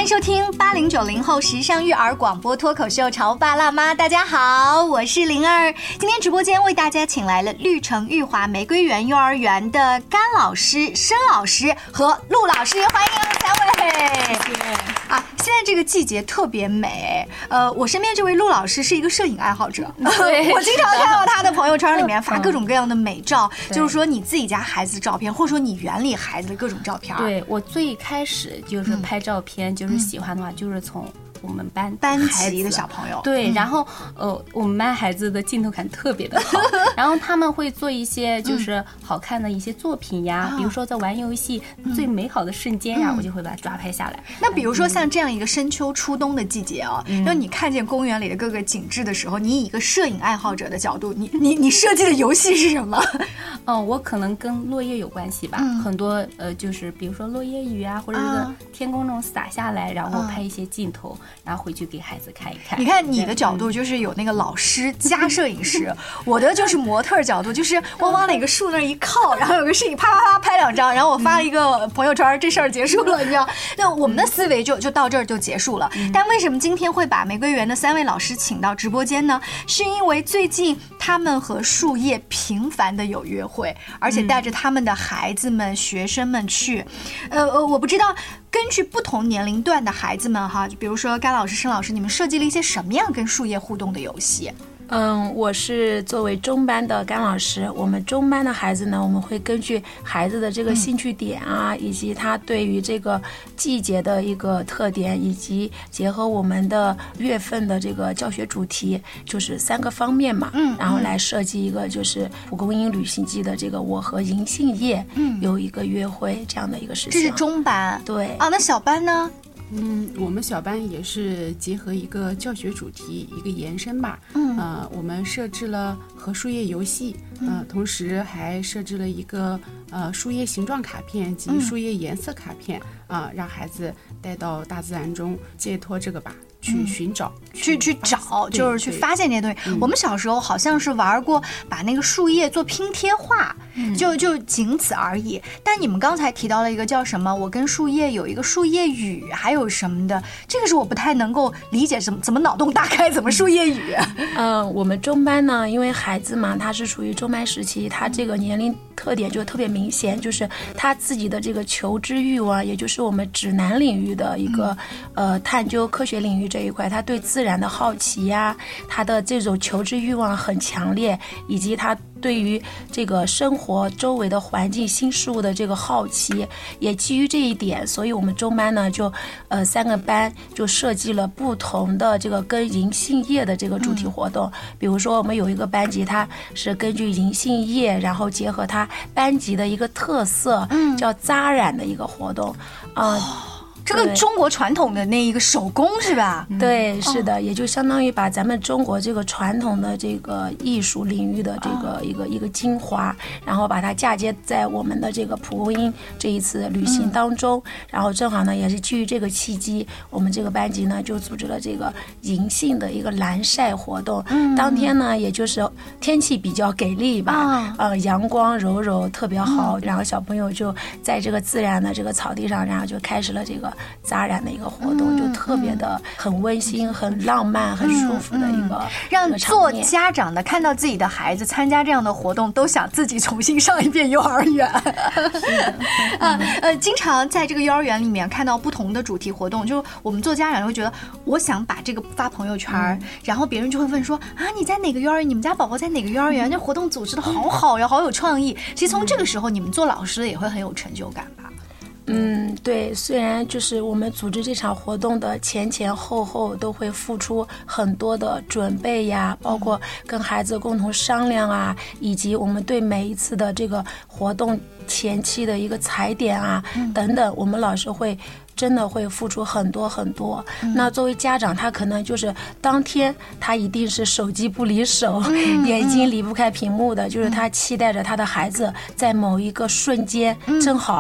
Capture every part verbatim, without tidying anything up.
迎收听八零九零后时尚育儿广播脱口秀《潮爸辣妈》。大家好，我是灵儿。今天直播间为大家请来了绿城裕华玫瑰园幼儿园的甘老师、申老师和陆老师，欢迎三位。 谢谢啊，现在这个季节特别美。呃，我身边这位陆老师是一个摄影爱好者，我经常看到他的朋友圈里面发各种各样的美照，就是说你自己家孩子的照片，或者说你园里孩子的各种照片。 对，我最开始就是拍照片，嗯、就是喜欢的话，就是从我们班班级的小朋友。 对， 嗯、 然后呃，我们班孩子的镜头感特别的好，然后他们会做一些就是好看的一些作品呀，嗯、比如说在玩游戏、嗯、最美好的瞬间呀，嗯、我就会把它抓拍下来。 那比如说像这样一个深秋初冬的季节啊，让、嗯、你看见公园里的各个景致的时候，你以一个摄影爱好者的角度，你你你设计的游戏是什么？ 嗯，我可能跟落叶有关系吧，嗯、很多呃，就是比如说落叶雨啊，或者是天空中洒下来，然后拍一些镜头，然后回去给孩子看一看。 你看你的角度就是有那个老师加摄影师，我的就是模特角度，就是我往哪个树那儿一靠，然后有个摄影啪啪啪拍两张，然后我发了一个朋友圈，这事儿结束了，你知道？那我们的思维就就到这儿就结束了。但为什么今天会把玫瑰园的三位老师请到直播间呢？是因为最近他们和树叶频繁的有约会，而且带着他们的孩子们、学生们去。呃呃，我不知道根据不同年龄段的孩子们哈，就比如说甘老师、申老师，你们设计了一些什么样跟树叶互动的游戏？ 嗯，我是作为中班的甘老师，我们中班的孩子呢，我们会根据孩子的这个兴趣点啊，嗯、以及他对于这个季节的一个特点，以及结合我们的月份的这个教学主题，就是三个方面嘛，嗯，然后来设计一个就是蒲公英旅行记的这个我和银杏叶有一个约会这样的一个事情。 这是中班， 对啊，那小班呢？ 嗯，我们小班也是结合一个教学主题一个延伸吧，嗯，呃，我们设置了和树叶游戏，呃，同时还设置了一个呃树叶形状卡片及树叶颜色卡片，啊、呃，让孩子带到大自然中，借托这个吧。去寻找， 嗯、去去找，就是去发现这些东西。嗯、我们小时候好像是玩过，把那个树叶做拼贴画，嗯、就就仅此而已。但你们刚才提到了一个叫什么？我跟树叶有一个树叶雨，还有什么的？这个是我不太能够理解，怎么怎么脑洞大开，怎么树叶雨？ 嗯、呃，我们中班呢，因为孩子嘛，他是属于中班时期，他这个年龄特点就特别明显，就是他自己的这个求知欲望，也就是我们指南领域的一个、嗯、呃探究科学领域。这一块他对自然的好奇呀、啊，他的这种求知欲望很强烈，以及他对于这个生活周围的环境新事物的这个好奇，也基于这一点，所以我们中班呢就呃三个班就设计了不同的这个跟银杏叶的这个主题活动、嗯、比如说我们有一个班级，它是根据银杏叶，然后结合它班级的一个特色、嗯、叫扎染的一个活动啊。呃哦， 这个中国传统的那一个手工是吧？ 对，是的，也就相当于把咱们中国这个传统的这个艺术领域的这个一个一个精华，然后把它嫁接在我们的这个蒲公英这一次旅行当中，然后正好呢也是基于这个契机，我们这个班级呢就组织了这个银杏的一个蓝晒活动。当天呢也就是天气比较给力吧，呃，阳光柔柔特别好，然后小朋友就在这个自然的这个草地上，然后就开始了这个扎染的一个活动，就特别的很温馨、很浪漫、很舒服的一个， 让做家长的看到自己的孩子参加这样的活动，都想自己重新上一遍幼儿园。啊呃，经常在这个幼儿园里面看到不同的主题活动，就我们做家长会觉得，我想把这个发朋友圈，嗯、然后别人就会问说啊，你在哪个幼儿园？你们家宝宝在哪个幼儿园？这活动组织的好好呀，好有创意。其实从这个时候，你们做老师的也会很有成就感吧。 嗯，对，虽然就是我们组织这场活动的前前后后都会付出很多的准备呀，包括跟孩子共同商量啊，以及我们对每一次的这个活动前期的一个踩点啊、嗯、等等，我们老师会真的会付出很多很多、嗯、那作为家长，他可能就是当天他一定是手机不离手、嗯、眼睛离不开屏幕的、嗯、就是他期待着他的孩子在某一个瞬间、嗯、正好看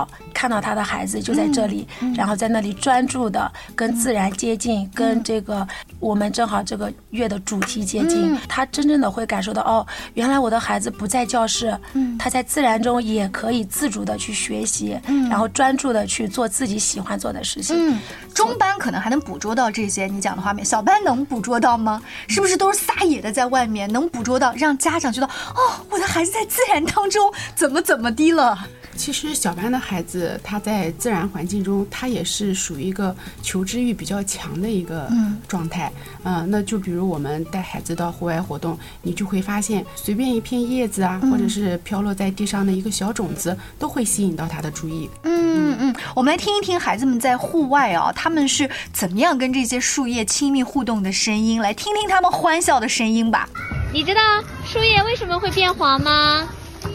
看到他的孩子就在这里，嗯、然后在那里专注的跟自然接近，嗯、跟这个我们正好这个月的主题接近，嗯、他真正的会感受到哦，原来我的孩子不在教室，嗯、他在自然中也可以自主的去学习，嗯、然后专注的去做自己喜欢做的事情。 嗯，中班可能还能捕捉到这些你讲的画面，小班能捕捉到吗？是不是都是撒野的在外面？能捕捉到让家长觉得哦，我的孩子在自然当中怎么怎么的了？ 其实小班的孩子他在自然环境中，他也是属于一个求知欲比较强的一个状态。嗯、呃，那就比如我们带孩子到户外活动，你就会发现随便一片叶子啊，嗯、或者是飘落在地上的一个小种子，都会吸引到他的注意。 嗯嗯嗯，我们来听一听孩子们在户外啊，他们是怎么样跟这些树叶亲密互动的声音，来听听他们欢笑的声音吧。 你知道树叶为什么会变黄吗？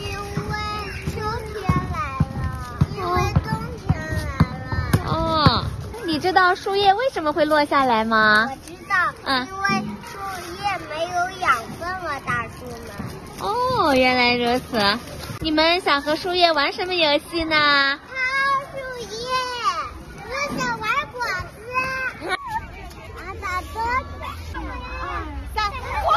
你知道树叶为什么会落下来吗？ 我知道，嗯，因为树叶没有养分了，大树们。 哦，原来如此。你们想和树叶玩什么游戏呢？ 薅树叶，我想玩果子，拿把桌子，二三，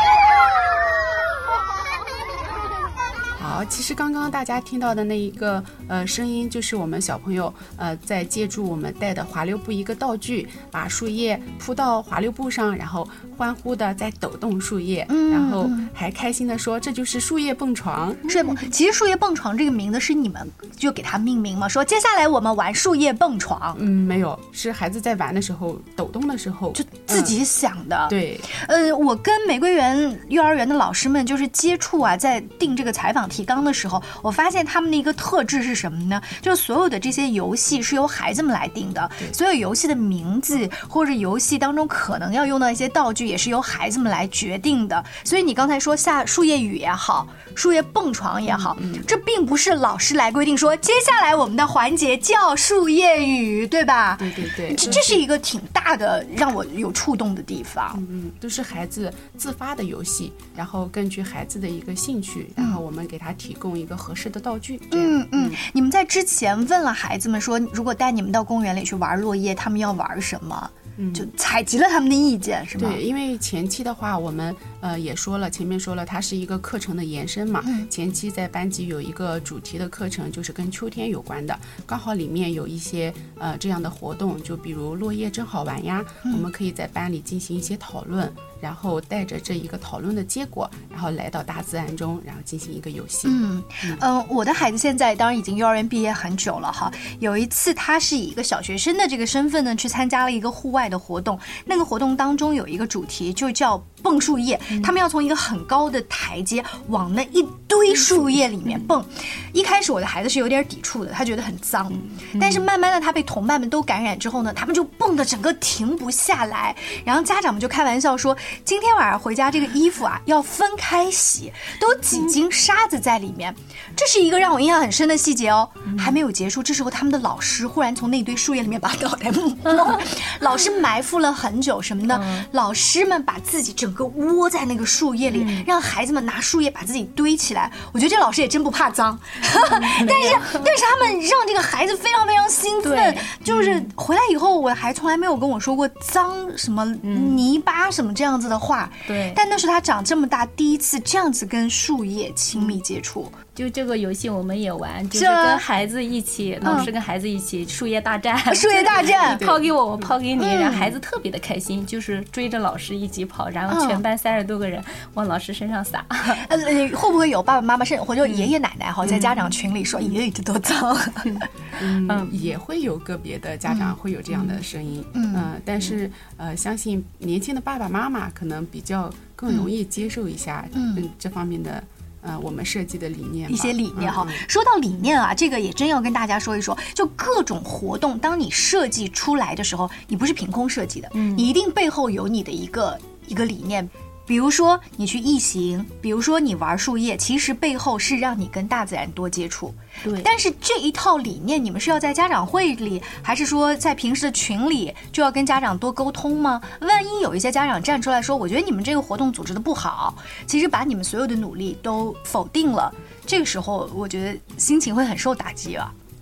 好，其实刚刚大家听到的那一个呃声音，就是我们小朋友呃在借助我们带的滑溜布一个道具，把树叶铺到滑溜布上，然后欢呼的在抖动树叶，嗯、然后还开心的说这就是树叶蹦床。 树叶蹦，其实树叶蹦床这个名字是你们就给它命名吗？说接下来我们玩树叶蹦床？ 嗯，没有，是孩子在玩的时候抖动的时候就自己想的。 嗯、对， 呃，我跟玫瑰园幼儿园的老师们就是接触啊，在定这个采访提纲的时候，我发现他们的一个特质是什么呢？就是所有的这些游戏是由孩子们来定的，所有游戏的名字或者游戏当中可能要用到一些道具，也是由孩子们来决定的。所以你刚才说下树叶雨也好，树叶蹦床也好，嗯、这并不是老师来规定说接下来我们的环节叫树叶雨，对吧？ 对对对， 这这是一个挺大的让我有触动的地方。 嗯嗯，都是孩子自发的游戏，然后根据孩子的一个兴趣，然后我们给他提供一个合适的道具。 嗯嗯，你们在之前问了孩子们说，如果带你们到公园里去玩落叶，他们要玩什么？嗯、就采集了他们的意见，是吗？ 对，因为前期的话，我们呃也说了，前面说了，它是一个课程的延伸嘛。嗯、前期在班级有一个主题的课程，就是跟秋天有关的，刚好里面有一些呃这样的活动，就比如落叶真好玩呀，嗯、我们可以在班里进行一些讨论，然后带着这一个讨论的结果，然后来到大自然中，然后进行一个游戏。嗯嗯、呃，我的孩子现在当然已经幼儿园毕业很久了哈。有一次，他是以一个小学生的这个身份呢，去参加了一个户外的活动。那个活动当中有一个主题，就叫蹦树叶。嗯、他们要从一个很高的台阶往那一堆树叶里面蹦。嗯、一开始我的孩子是有点抵触的，他觉得很脏。嗯、但是慢慢的，他被同伴们都感染之后呢，他们就蹦得整个停不下来。然后家长们就开玩笑说，今天晚上回家这个衣服啊要分开洗，都几斤沙子在里面。这是一个让我印象很深的细节哦。还没有结束，这时候他们的老师忽然从那堆树叶里面把脑袋摸，老师埋伏了很久什么呢？嗯、老师们把自己整个窝在那个树叶里，嗯、让孩子们拿树叶把自己堆起来。我觉得这老师也真不怕脏，嗯、但是但是他们让这个孩子非常非常兴奋，就是回来以后，我还从来没有跟我说过脏什么泥巴什么这样子的话。 对， 但那是他长这么大第一次这样子跟树叶亲密接触。 就这个游戏我们也玩，就是跟孩子一起，老师跟孩子一起树叶大战， 树叶大战， 你抛给我，我抛给你，然后孩子特别的开心，就是追着老师一起跑，然后全班三十多个人往老师身上撒。 呃，会不会有爸爸妈妈甚至或者爷爷奶奶哈，在家长群里说爷爷这多脏？ 嗯，也会有个别的家长会有这样的声音，嗯，但是呃，相信年轻的爸爸妈妈可能比较更容易接受一下嗯这方面的。呃，我们设计的理念， 一些理念哈。嗯、说到理念啊，这个也真要跟大家说一说。就各种活动，当你设计出来的时候，你不是凭空设计的，嗯、你一定背后有你的一个一个理念。比如说你去异行，比如说你玩树叶，其实背后是让你跟大自然多接触。 对。 但是这一套理念，你们是要在家长会里，还是说在平时的群里就要跟家长多沟通吗？万一有一些家长站出来说，我觉得你们这个活动组织的不好，其实把你们所有的努力都否定了，这个时候我觉得心情会很受打击啊。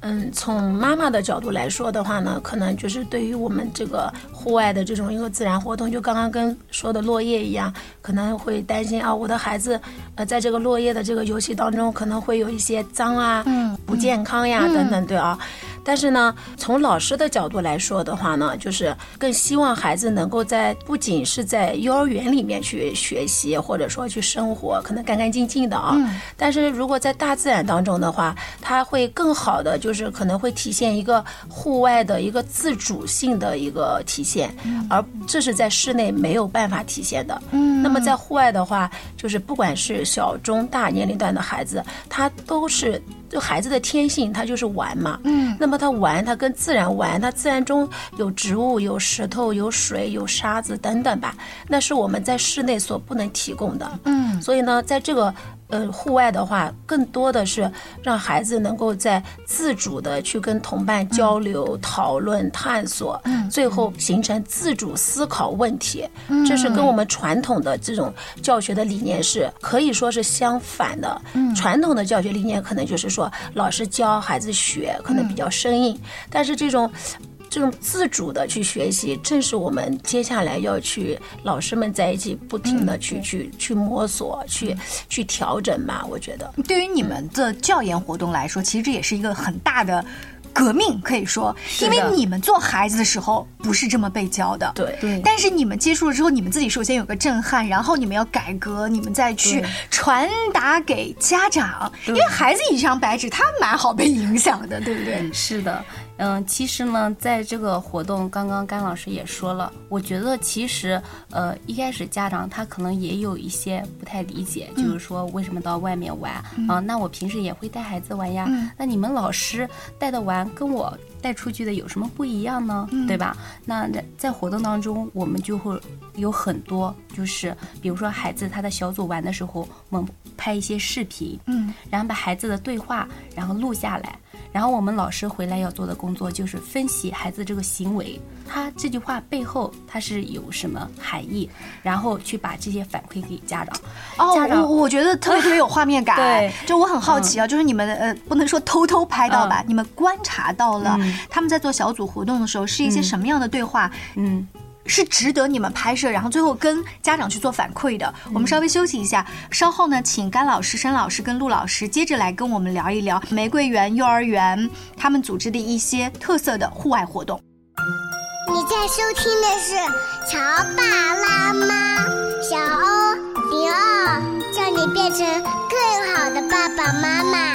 嗯，从妈妈的角度来说的话呢，可能就是对于我们这个户外的这种一个自然活动，就刚刚跟说的落叶一样，可能会担心啊，我的孩子呃在这个落叶的这个游戏当中可能会有一些脏啊、嗯、不健康呀、嗯、等等，对啊。但是呢，从老师的角度来说的话呢，就是更希望孩子能够在不仅是在幼儿园里面去学习，或者说去生活，可能干干净净的啊。嗯、但是如果在大自然当中的话，它会更好的，就是可能会体现一个户外的一个自主性的一个体现，嗯、而这是在室内没有办法体现的。嗯，那么在户外的话，就是不管是小中大年龄段的孩子，他都是。就孩子的天性，他就是玩嘛。嗯，那么他玩，他跟自然玩，他自然中有植物、有石头、有水、有沙子等等吧，那是我们在室内所不能提供的。嗯，所以呢，在这个呃户外的话，更多的是让孩子能够在自主的去跟同伴交流、嗯、讨论、探索，嗯，最后形成自主思考问题。嗯，这是跟我们传统的这种教学的理念是可以说是相反的。嗯，传统的教学理念可能就是说。老师教孩子学可能比较生硬，嗯、但是这种这种自主的去学习，正是我们接下来要去老师们在一起不停的去、嗯、去去摸索，去去调整吧。我觉得， 对于你们的教研活动来说，其实这也是一个很大的。革命可以说，因为你们做孩子的时候不是这么被教的， 对对。 但是你们接触了之后，你们自己首先有个震撼，然后你们要改革，你们再去传达给家长，因为孩子一张白纸，他蛮好被影响的，对不对？ 嗯、是的。嗯，其实呢，在这个活动，刚刚甘老师也说了，我觉得其实，呃，一开始家长他可能也有一些不太理解，嗯、就是说为什么到外面玩、嗯、啊？那我平时也会带孩子玩呀，嗯、那你们老师带的玩跟我带出去的有什么不一样呢？嗯、对吧？那在活动当中，我们就会有很多，就是比如说孩子他的小组玩的时候，我们拍一些视频，嗯，然后把孩子的对话然后录下来。然后我们老师回来要做的工作就是分析孩子这个行为，他这句话背后他是有什么含义，然后去把这些反馈给家长。 哦， 家长我我觉得特别特别有画面感。 对， 就我很好奇啊，嗯、就是你们呃不能说偷偷拍到吧，嗯、你们观察到了、嗯、他们在做小组活动的时候是一些什么样的对话？嗯。是值得你们拍摄，然后最后跟家长去做反馈的。我们稍微休息一下，稍后呢，请甘老师、申老师跟陆老师接着来跟我们聊一聊玫瑰园幼儿园他们组织的一些特色的户外活动。 你在收听的是乔爸拉妈，小欧零二，叫你变成更好的爸爸妈妈。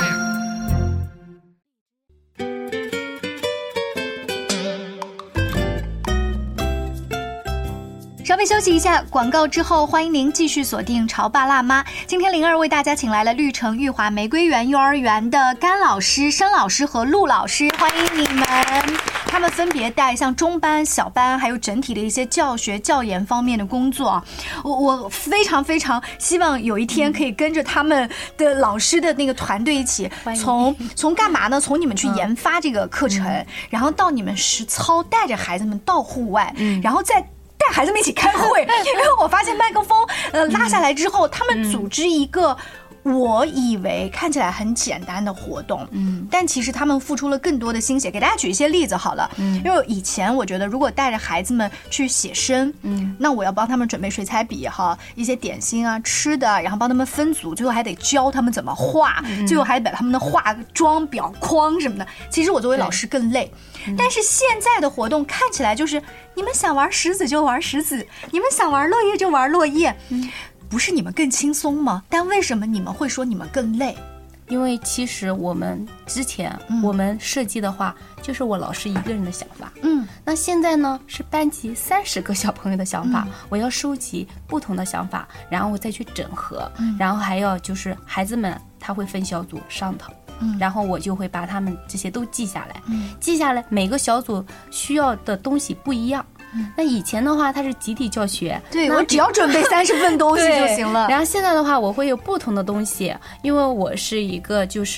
稍微休息一下，广告之后，欢迎您继续锁定潮爸辣妈。今天灵儿为大家请来了绿城裕华玫瑰园幼儿园的甘老师、申老师和陆老师，欢迎你们。他们分别带像中班、小班，还有整体的一些教学、教研方面的工作。我我非常非常希望有一天可以跟着他们的老师的那个团队一起，从从干嘛呢？从你们去研发这个课程，嗯、然后到你们实操，带着孩子们到户外，嗯、然后再。带孩子们一起开会，因为我发现麦克风呃拉下来之后，他们组织一个我以为看起来很简单的活动，嗯，但其实他们付出了更多的心血。给大家举一些例子好了，嗯，因为以前我觉得如果带着孩子们去写生，嗯，那我要帮他们准备水彩笔哈，一些点心啊、吃的，然后帮他们分组，最后还得教他们怎么画，嗯、最后还得把他们的化妆表框什么的。其实我作为老师更累，嗯、但是现在的活动看起来就是你们想玩石子就玩石子，你们想玩落叶就玩落叶。嗯，不是你们更轻松吗？但为什么你们会说你们更累？ 因为其实我们之前、嗯、我们设计的话就是我老师一个人的想法，嗯，那现在呢是班级三十个小朋友的想法、嗯、我要收集不同的想法，然后我再去整合、嗯、然后还要就是孩子们他会分小组上头，嗯，然后我就会把他们这些都记下来，嗯，记下来每个小组需要的东西不一样。那以前的话它是集体教学， 对，我只要准备三十份东西就行了。 然后现在的话我会有不同的东西，因为我是一个就是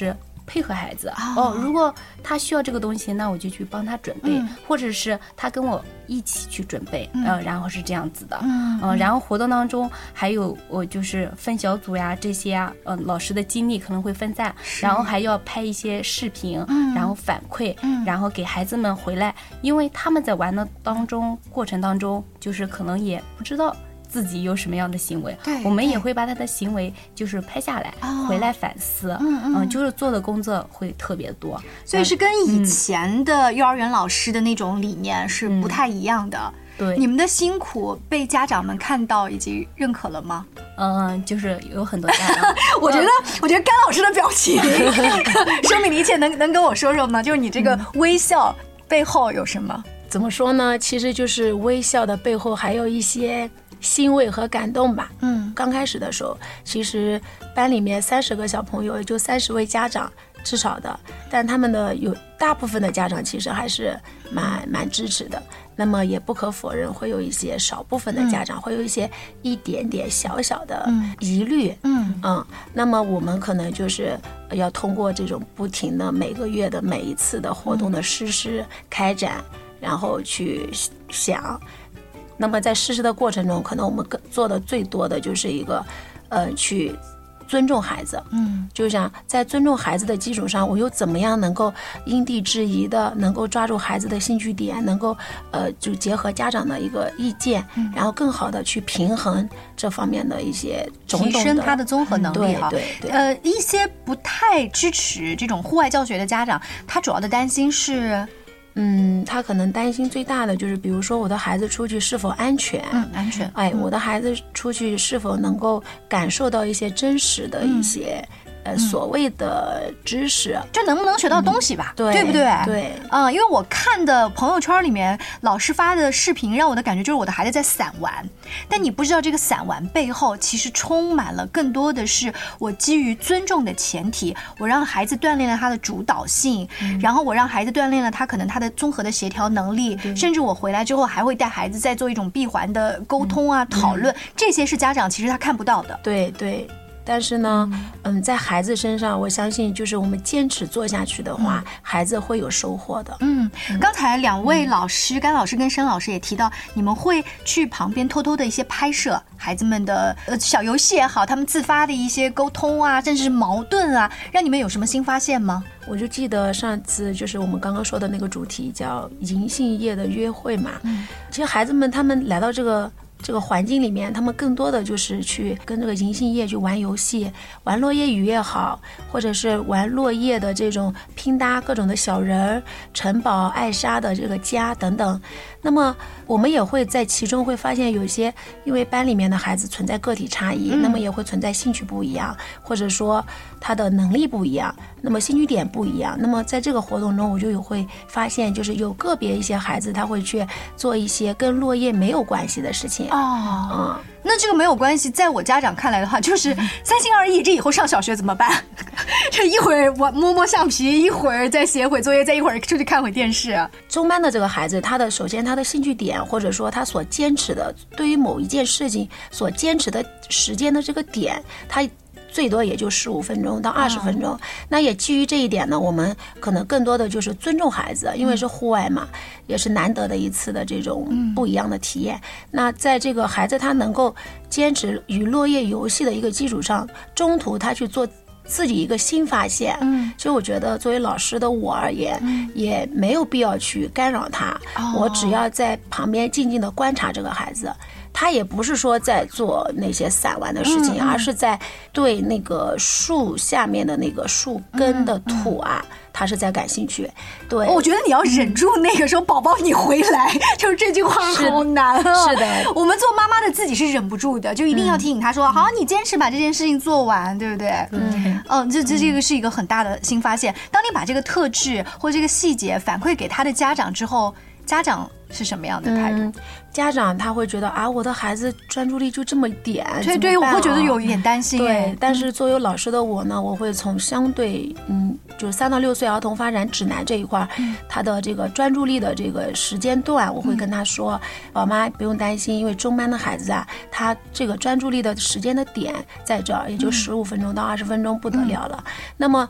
配合孩子。哦，如果他需要这个东西，那我就去帮他准备， 嗯、 或者是他跟我一起去准备，嗯、呃，然后是这样子的。 嗯、 呃，然后活动当中还有我就是分小组呀这些啊，呃，老师的精力可能会分散，然后还要拍一些视频， 嗯、 然后反馈， 嗯、 然后给孩子们回来，因为他们在玩的当中过程当中，就是可能也不知道自己有什么样的行为，我们也会把他的行为就是拍下来， 哦、 回来反思， 嗯嗯、 呃，就是做的工作会特别多， 所以是跟以前的幼儿园老师的那种理念是不太一样的。 嗯、对， 你们的辛苦被家长们看到以及认可了吗？ 嗯，就是有很多家长， 我觉得，我觉得甘老师的表情说明了一切，能能跟我说说吗？就是你这个微笑背后有什么？ 怎么说呢？其实就是微笑的背后还有一些欣慰和感动吧。 嗯， 刚开始的时候，其实班里面三十个小朋友，也就三十位家长至少的，但他们的有大部分的家长其实还是蛮蛮支持的。那么也不可否认，会有一些少部分的家长、嗯、会有一些一点点小小的疑虑。 嗯 嗯, 嗯，那么我们可能就是要通过这种不停的每个月的每一次的活动的实施、嗯、开展，然后去想。那么在实施的过程中，可能我们做的最多的就是一个呃去尊重孩子。 嗯， 就像在尊重孩子的基础上，我又怎么样能够因地制宜的能够抓住孩子的兴趣点，能够呃就结合家长的一个意见、嗯、然后更好的去平衡这方面的一些种种的提升他的综合能力哈、 嗯、对对对。 呃一些不太支持这种户外教学的家长，他主要的担心是嗯，他可能担心最大的就是，比如说我的孩子出去是否安全？ 嗯，安全。 哎，我的孩子出去是否能够感受到一些真实的一些、嗯、呃所谓的知识？ 就能不能学到东西吧？ 嗯、对， 对不对？ 对。 啊、呃，因为我看的朋友圈里面老师发的视频，让我的感觉就是我的孩子在散玩，但你不知道这个散玩背后其实充满了更多的是我基于尊重的前提，我让孩子锻炼了他的主导性，嗯、然后我让孩子锻炼了他可能他的综合的协调能力，甚至我回来之后还会带孩子再做一种闭环的沟通啊、嗯、讨论，这些是家长其实他看不到的。 对对。但是呢，嗯，在孩子身上，我相信就是我们坚持做下去的话，嗯、孩子会有收获的。 嗯，刚才两位老师，甘老师跟申老师也提到，你们会去旁边偷偷的一些拍摄孩子们的呃小游戏也好，他们自发的一些沟通啊，甚至是矛盾啊，让你们有什么新发现吗？ 我就记得上次就是我们刚刚说的那个主题叫银杏叶的约会嘛。嗯，其实孩子们他们来到这个。这个环境里面，他们更多的就是去跟这个银杏叶去玩游戏，玩落叶雨也好，或者是玩落叶的这种拼搭各种的小人、城堡、艾莎的这个家等等。那么我们也会在其中会发现有些，因为班里面的孩子存在个体差异，嗯、那么也会存在兴趣不一样，或者说他的能力不一样，那么兴趣点不一样。那么在这个活动中，我就有会发现，就是有个别一些孩子他会去做一些跟落叶没有关系的事情。 哦，嗯，那这个没有关系，在我家长看来的话，就是三心二意，这以后上小学怎么办？这一会儿我摸摸橡皮，一会儿再写会作业，再一会儿出去看会电视。 中班的这个孩子，他的首先他的兴趣点，或者说他所坚持的，对于某一件事情所坚持的时间的这个点，他最多也就十五分钟到二十分钟、哦、那也基于这一点呢，我们可能更多的就是尊重孩子，因为是户外嘛、嗯、也是难得的一次的这种不一样的体验、嗯、那在这个孩子他能够坚持与落叶游戏的一个基础上，中途他去做自己一个新发现，嗯，所以我觉得作为老师的我而言、嗯、也没有必要去干扰他、哦、我只要在旁边静静的观察这个孩子，他也不是说在做那些散玩的事情、嗯、而是在对那个树下面的那个树根的土啊、嗯嗯、他是在感兴趣。对， 我觉得你要忍住那个时候宝宝你回来，就是这句话好难啊。 是的， 我们做妈妈的自己是忍不住的，就一定要提醒他说、嗯、好，你坚持把这件事情做完，对不对？嗯嗯，这这这个是一个很大的新发现。当你把这个特质或这个细节反馈给他的家长之后，家长是什么样的态度？ 嗯、家长他会觉得啊，我的孩子专注力就这么点， 对对，我会觉得有一点担心。 对，但是作为老师的我呢，我会从相对嗯，就是三到六岁儿童发展指南这一块，嗯、他的这个专注力的这个时间段，我会跟他说，宝妈不用担心，因为中班的孩子啊，他这个专注力的时间的点在这儿，也就十五分钟到二十分钟不得了了。嗯、那么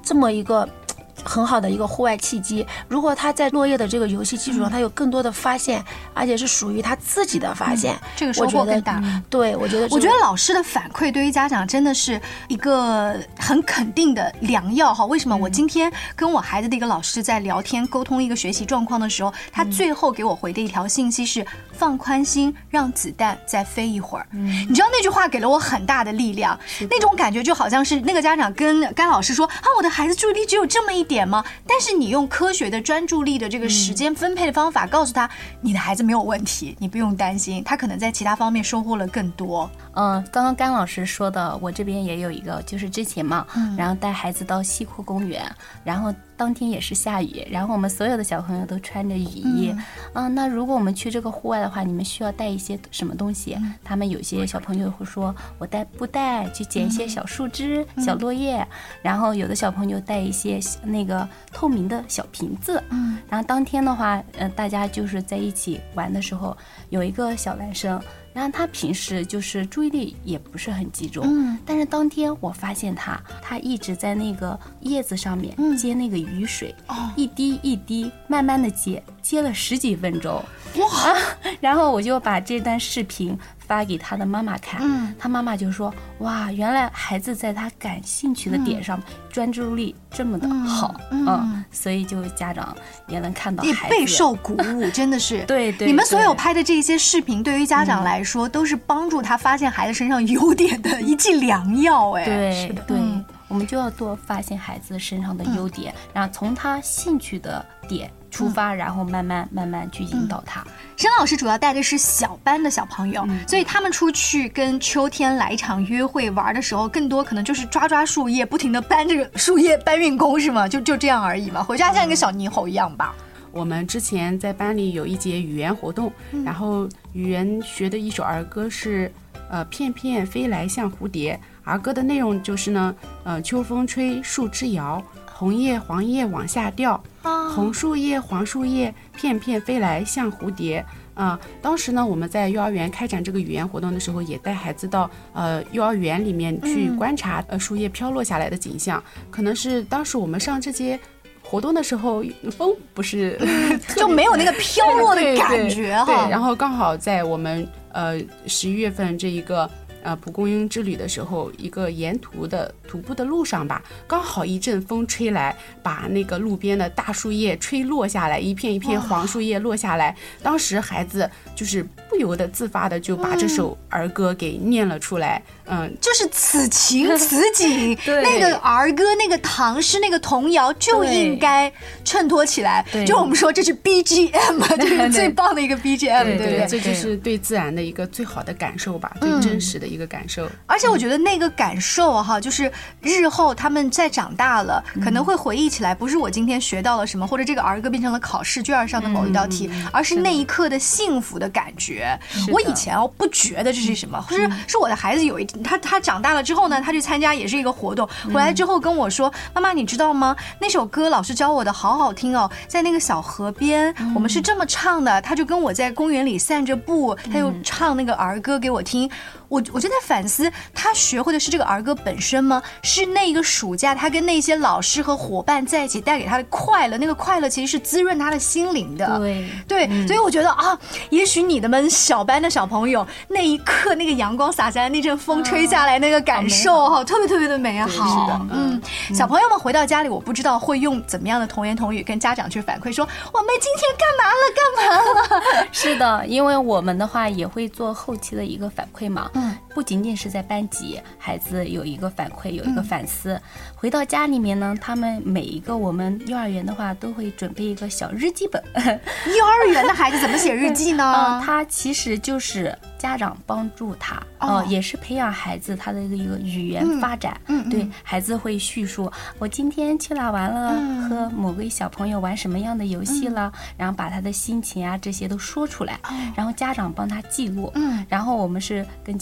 这么一个很好的一个户外契机。如果他在落叶的这个游戏基础上，他有更多的发现，而且是属于他自己的发现， 这个收获更大。 对，我觉得我觉得老师的反馈对于家长真的是一个很肯定的良药哈。为什么？我今天跟我孩子的一个老师在聊天沟通一个学习状况的时候，他最后给我回的一条信息是放宽心，让子弹再飞一会儿。你知道那句话给了我很大的力量，那种感觉就好像是那个家长跟甘老师说啊，我的孩子注意力只有这么一点吗？但是你用科学的专注力的这个时间分配的方法告诉他，你的孩子没有问题，你不用担心，他可能在其他方面收获了更多。 嗯，刚刚甘老师说的，我这边也有一个，就是之前嘛，嗯、然后带孩子到西湖公园，然后当天也是下雨，然后我们所有的小朋友都穿着雨衣。嗯，嗯那如果我们去这个户外的话，你们需要带一些什么东西？嗯、他们有些小朋友会说，我带布袋去捡一些小树枝、嗯、小落叶，然后有的小朋友带一些那个透明的小瓶子。嗯，然后当天的话，呃，大家就是在一起玩的时候，有一个小男生。然后他平时就是注意力也不是很集中，嗯，但是当天我发现他，他一直在那个叶子上面接那个雨水，嗯、一滴一滴慢慢的接，接了十几分钟，哇、啊！然后我就把这段视频发给他的妈妈看，嗯，他妈妈就说，哇，原来孩子在他感兴趣的点上、嗯、专注力这么的好，嗯，嗯所以就家长也能看到孩子也备受鼓舞，真的是， 对 对, 对， 你们所有拍的这些视频，对于家长来说。说都是帮助他发现孩子身上优点的一剂良药。哎， 对对、嗯，我们就要多发现孩子身上的优点，嗯、然后从他兴趣的点出发，嗯、然后慢慢慢慢去引导他。 申老师主要带的是小班的小朋友，嗯、所以他们出去跟秋天来一场约会玩的时候，更多可能就是抓抓树叶，不停的搬这个树叶搬运工是吗？就就这样而已嘛，回家像一个小猕猴一样吧。 我们之前在班里有一节语言活动，嗯、然后语言学的一首儿歌是呃片片飞来像蝴蝶。儿歌的内容就是呢，呃秋风吹树枝摇，红叶黄叶往下掉，哦、红树叶黄树叶片片飞来像蝴蝶。啊、呃，当时呢，我们在幼儿园开展这个语言活动的时候，也带孩子到呃幼儿园里面去观察、嗯、呃树叶飘落下来的景象。可能是当时我们上这节活动的时候，风不是就没有那个飘落的感觉哈。 对，对对然后刚好在我们呃十一月份这一个呃蒲公英之旅的时候，一个沿途的徒步的路上吧，刚好一阵风吹来，把那个路边的大树叶吹落下来，一片一片黄树叶落下来。当时孩子就是不由得自发的就把这首儿歌给念了出来。嗯， 就是此情此景，那个儿歌、那个唐诗、那个童谣就应该衬托起来。就我们说这是 B G M， 这是最棒的一个 B G M， 对不对？ 这就是对自然的一个最好的感受吧，最真实的一个感受。嗯、 而且我觉得那个感受哈，就是日后他们再长大了，嗯、可能会回忆起来，不是我今天学到了什么，或者这个儿歌变成了考试卷上的某一道题，嗯、而是那一刻的幸福的感觉。我以前哦不觉得这是什么，或是是我的孩子有一天。他他长大了之后呢，他去参加也是一个活动，回来之后跟我说：“妈妈，你知道吗？那首歌老师教我的好好听哦，在那个小河边，我们是这么唱的。”他就跟我在公园里散着步，他又唱那个儿歌给我听。我我就在反思，他学会的是这个儿歌本身吗？是那个暑假他跟那些老师和伙伴在一起带给他的快乐，那个快乐其实是滋润他的心灵的。 对对、嗯，所以我觉得啊，也许你的们小班的小朋友那一刻那个阳光洒下来，那阵风吹下来那个感受哈、嗯，特别特别的美好。嗯，嗯小朋友们回到家里，我不知道会用怎么样的童言童语跟家长去反馈说，我们今天干嘛了干嘛了。 是的，因为我们的话也会做后期的一个反馈嘛。嗯，不仅仅是在班级，孩子有一个反馈，有一个反思。嗯、回到家里面呢，他们每一个我们幼儿园的话都会准备一个小日记本。 幼儿园的孩子怎么写日记呢？ 嗯，他其实就是家长帮助他，哦、呃，也是培养孩子他的一个一个语言发展。嗯，嗯对嗯孩子会叙述我今天去哪玩了，嗯、和某个小朋友玩什么样的游戏了，嗯、然后把他的心情啊这些都说出来，嗯、然后家长帮他记录。嗯，然后我们是跟家长说。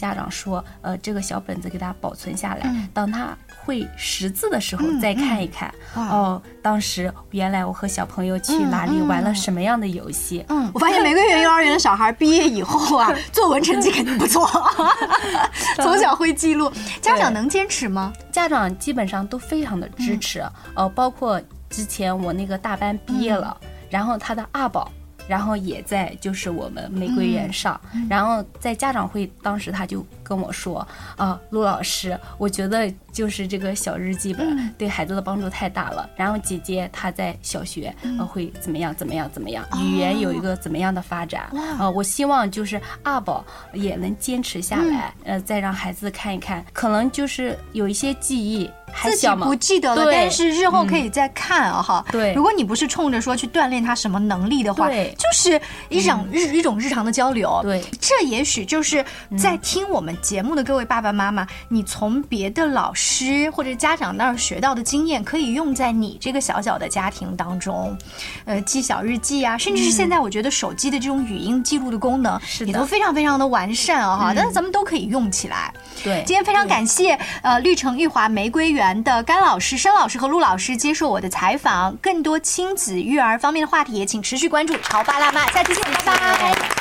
说，呃，这个小本子给他保存下来， 嗯、 当他会识字的时候再看一看。 嗯嗯、 哦，当时原来我和小朋友去哪里玩了什么样的游戏？ 嗯，我发现玫瑰园幼儿园的小孩毕业以后啊，作文成绩肯定不错，从小会记录。家长能坚持吗？ 家长基本上都非常的支持，嗯、呃，包括之前我那个大班毕业了，嗯、然后他的二宝。然后也在就是我们玫瑰园上，嗯、然后在家长会当时他就跟我说，啊，陆老师，我觉得就是这个小日记本对孩子的帮助太大了。嗯、然后姐姐她在小学、嗯、呃会怎么样怎么样怎么样，语言有一个怎么样的发展，呃，我希望就是二宝也能坚持下来，嗯、呃，再让孩子看一看，可能就是有一些记忆。 自己不记得了，但是日后可以再看啊！哈、嗯， 对， 如果你不是冲着说去锻炼他什么能力的话， 对， 就是一种日、嗯、一种日常的交流。 对， 这也许就是在听我们节目的各位爸爸妈妈，嗯、你从别的老师或者家长那儿学到的经验，可以用在你这个小小的家庭当中，呃，记小日记啊，甚至是现在我觉得手机的这种语音记录的功能， 是、嗯、 也都非常非常的完善啊！哈、嗯，但是咱们都可以用起来。 对， 今天非常感谢呃绿城育华玫瑰园的甘老师、申老师和陆老师接受我的采访。更多亲子育儿方面的话题，也请持续关注潮爸辣妈。下期见，拜拜。